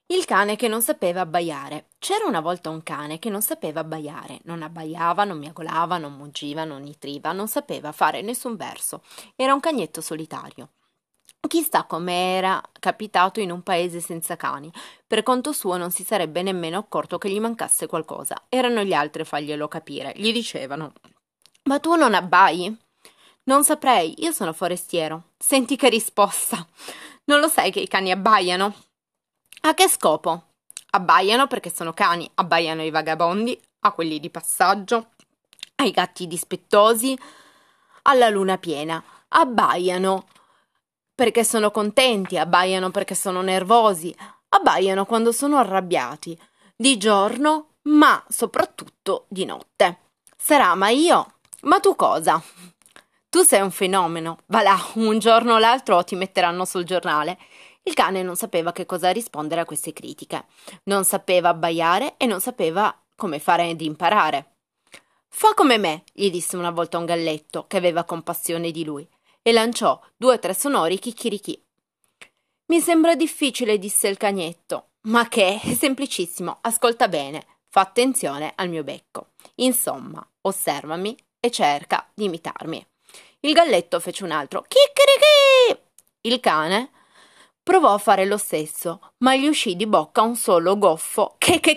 Il cane che non sapeva abbaiare. C'era una volta un cane che non sapeva abbaiare. Non abbaiava, non miagolava, non muggiva, non nitriva, non sapeva fare nessun verso. Era un cagnetto solitario. Chissà come era capitato in un paese senza cani. Per conto suo non si sarebbe nemmeno accorto che gli mancasse qualcosa. Erano gli altri a farglielo capire. Gli dicevano: Ma tu non abbai? Non saprei, io sono forestiero. Senti che risposta. Non lo sai che i cani abbaiano? A che scopo? Abbaiano perché sono cani, abbaiano ai vagabondi, a quelli di passaggio, ai gatti dispettosi, alla luna piena. Abbaiano perché sono contenti, abbaiano perché sono nervosi, abbaiano quando sono arrabbiati, di giorno, ma soprattutto di notte. Sarà, ma io? Ma tu cosa? Tu sei un fenomeno. Va là, un giorno o l'altro ti metteranno sul giornale. Il cane non sapeva che cosa rispondere a queste critiche. Non sapeva abbaiare e non sapeva come fare ad imparare. Fa come me, gli disse una volta un galletto che aveva compassione di lui e lanciò 2 o 3 sonori chicchirichì. Mi sembra difficile, disse il cagnetto. Ma che? È semplicissimo. Ascolta bene. Fa attenzione al mio becco. Insomma, osservami e cerca di imitarmi. Il galletto fece un altro chicchirichì. Il cane provò a fare lo stesso, ma gli uscì di bocca un solo goffo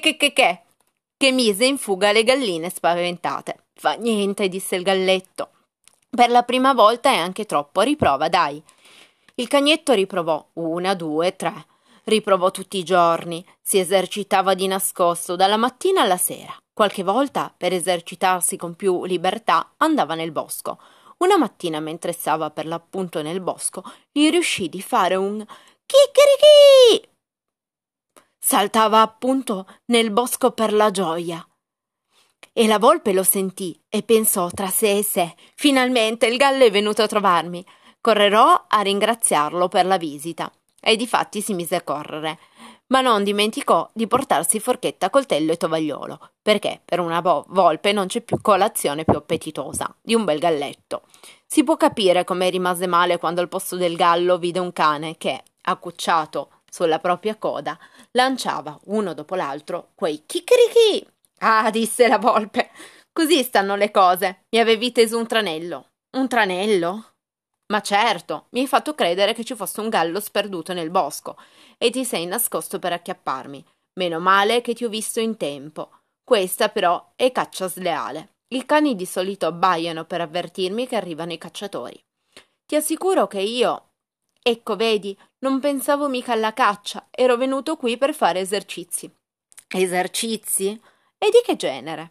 che mise in fuga le galline spaventate. Fa niente, disse il galletto. Per la prima volta è anche troppo. Riprova, dai. Il cagnetto riprovò 1, 2, 3. Riprovò tutti i giorni. Si esercitava di nascosto dalla mattina alla sera. Qualche volta, per esercitarsi con più libertà, andava nel bosco. Una mattina, mentre stava per l'appunto nel bosco, gli riuscì di fare un chicchirichì. Saltava appunto nel bosco per la gioia. E la volpe lo sentì e pensò tra sé e sé: finalmente il gallo è venuto a trovarmi. Correrò a ringraziarlo per la visita. E difatti si mise a correre, ma non dimenticò di portarsi forchetta, coltello e tovagliolo, perché per una volpe non c'è più colazione più appetitosa di un bel galletto. Si può capire come rimase male quando al posto del gallo vide un cane che, accucciato sulla propria coda, lanciava uno dopo l'altro quei chicchirichì. Ah, disse la volpe, così stanno le cose. Mi avevi teso un tranello. Un tranello? Ma certo, mi hai fatto credere che ci fosse un gallo sperduto nel bosco e ti sei nascosto per acchiapparmi. Meno male che ti ho visto in tempo. Questa però è caccia sleale. I cani di solito abbaiano per avvertirmi che arrivano i cacciatori. Ti assicuro che io... Ecco, vedi, non pensavo mica alla caccia, ero venuto qui per fare esercizi. Esercizi? E di che genere?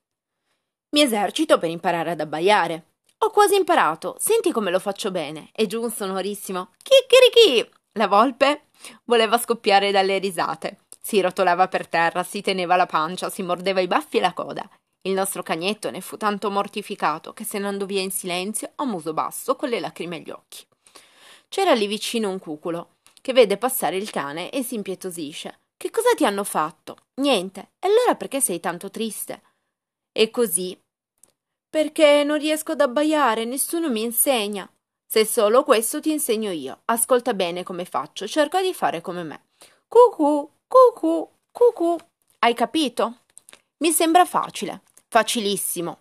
Mi esercito per imparare ad abbaiare. Ho quasi imparato, senti come lo faccio bene. E giù un sonorissimo chicchirichì. La volpe voleva scoppiare dalle risate. Si rotolava per terra, si teneva la pancia, si mordeva i baffi e la coda. Il nostro cagnetto ne fu tanto mortificato che se ne andò via in silenzio, a muso basso, con le lacrime agli occhi. C'era lì vicino un cuculo, che vede passare il cane e si impietosisce. Che cosa ti hanno fatto? Niente. E allora perché sei tanto triste? E così. Perché non riesco ad abbaiare, nessuno mi insegna. Se solo questo ti insegno io. Ascolta bene come faccio, cerca di fare come me. Cucù, cucù, cucù. Hai capito? Mi sembra facile, facilissimo.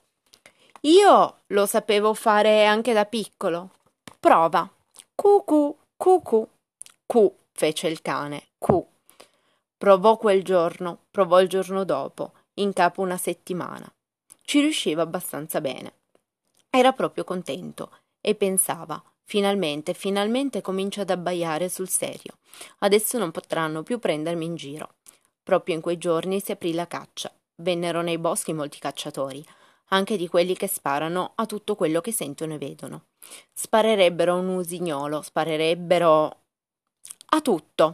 Io lo sapevo fare anche da piccolo. Prova. Cucù, cucù. Cu, fece il cane, cu. Provò quel giorno, provò il giorno dopo, in capo una settimana. Ci riusciva abbastanza bene. Era proprio contento e pensava: finalmente, finalmente comincio ad abbaiare sul serio. Adesso non potranno più prendermi in giro. Proprio in quei giorni si aprì la caccia. Vennero nei boschi molti cacciatori, anche di quelli che sparano a tutto quello che sentono e vedono. Sparerebbero un usignolo, sparerebbero a tutto.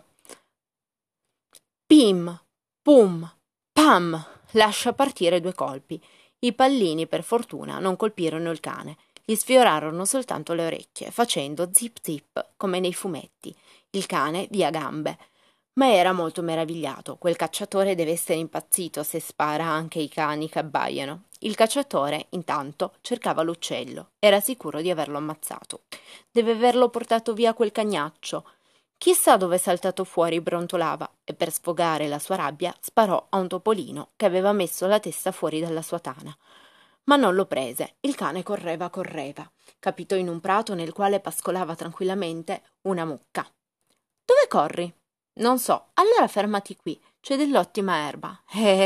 Pim, pum, pam, lascia partire 2 colpi. I pallini, per fortuna, non colpirono il cane. Gli sfiorarono soltanto le orecchie, facendo zip zip come nei fumetti. Il cane via gambe. Ma era molto meravigliato. Quel cacciatore deve essere impazzito se spara anche ai cani che abbaiano. Il cacciatore, intanto, cercava l'uccello. Era sicuro di averlo ammazzato. Deve averlo portato via quel cagnaccio. Chissà dove è saltato fuori, brontolava, e per sfogare la sua rabbia sparò a un topolino che aveva messo la testa fuori dalla sua tana. Ma non lo prese. Il cane correva, correva. Capitò in un prato nel quale pascolava tranquillamente una mucca. Dove corri? Non so. Allora fermati qui. C'è dell'ottima erba.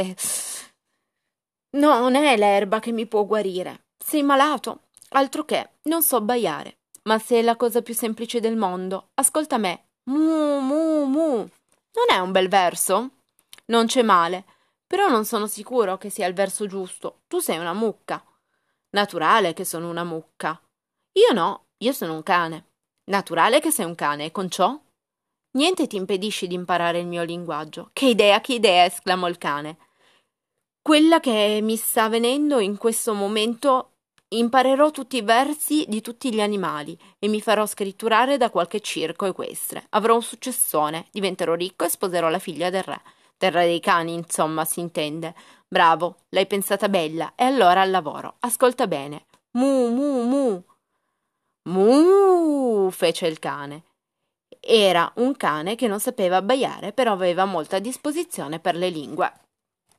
No, non è l'erba che mi può guarire. Sei malato? Altro che, non so baiare. Ma se è la cosa più semplice del mondo, ascolta me. Mu, mu, mu. Non è un bel verso? Non c'è male, però non sono sicuro che sia il verso giusto. Tu sei una mucca. Naturale che sono una mucca. Io no, io sono un cane. Naturale che sei un cane, e con ciò? Niente ti impedisce di imparare il mio linguaggio. Che idea! Esclamò il cane. Quella che mi sta venendo in questo momento. Imparerò tutti i versi di tutti gli animali e mi farò scritturare da qualche circo equestre. Avrò un successone, diventerò ricco e sposerò la figlia del re. Del re dei cani, insomma, si intende. Bravo, l'hai pensata bella, e allora al lavoro. Ascolta bene. Mu, mu, mu. Mu, fece il cane. Era un cane che non sapeva abbaiare, però aveva molta disposizione per le lingue.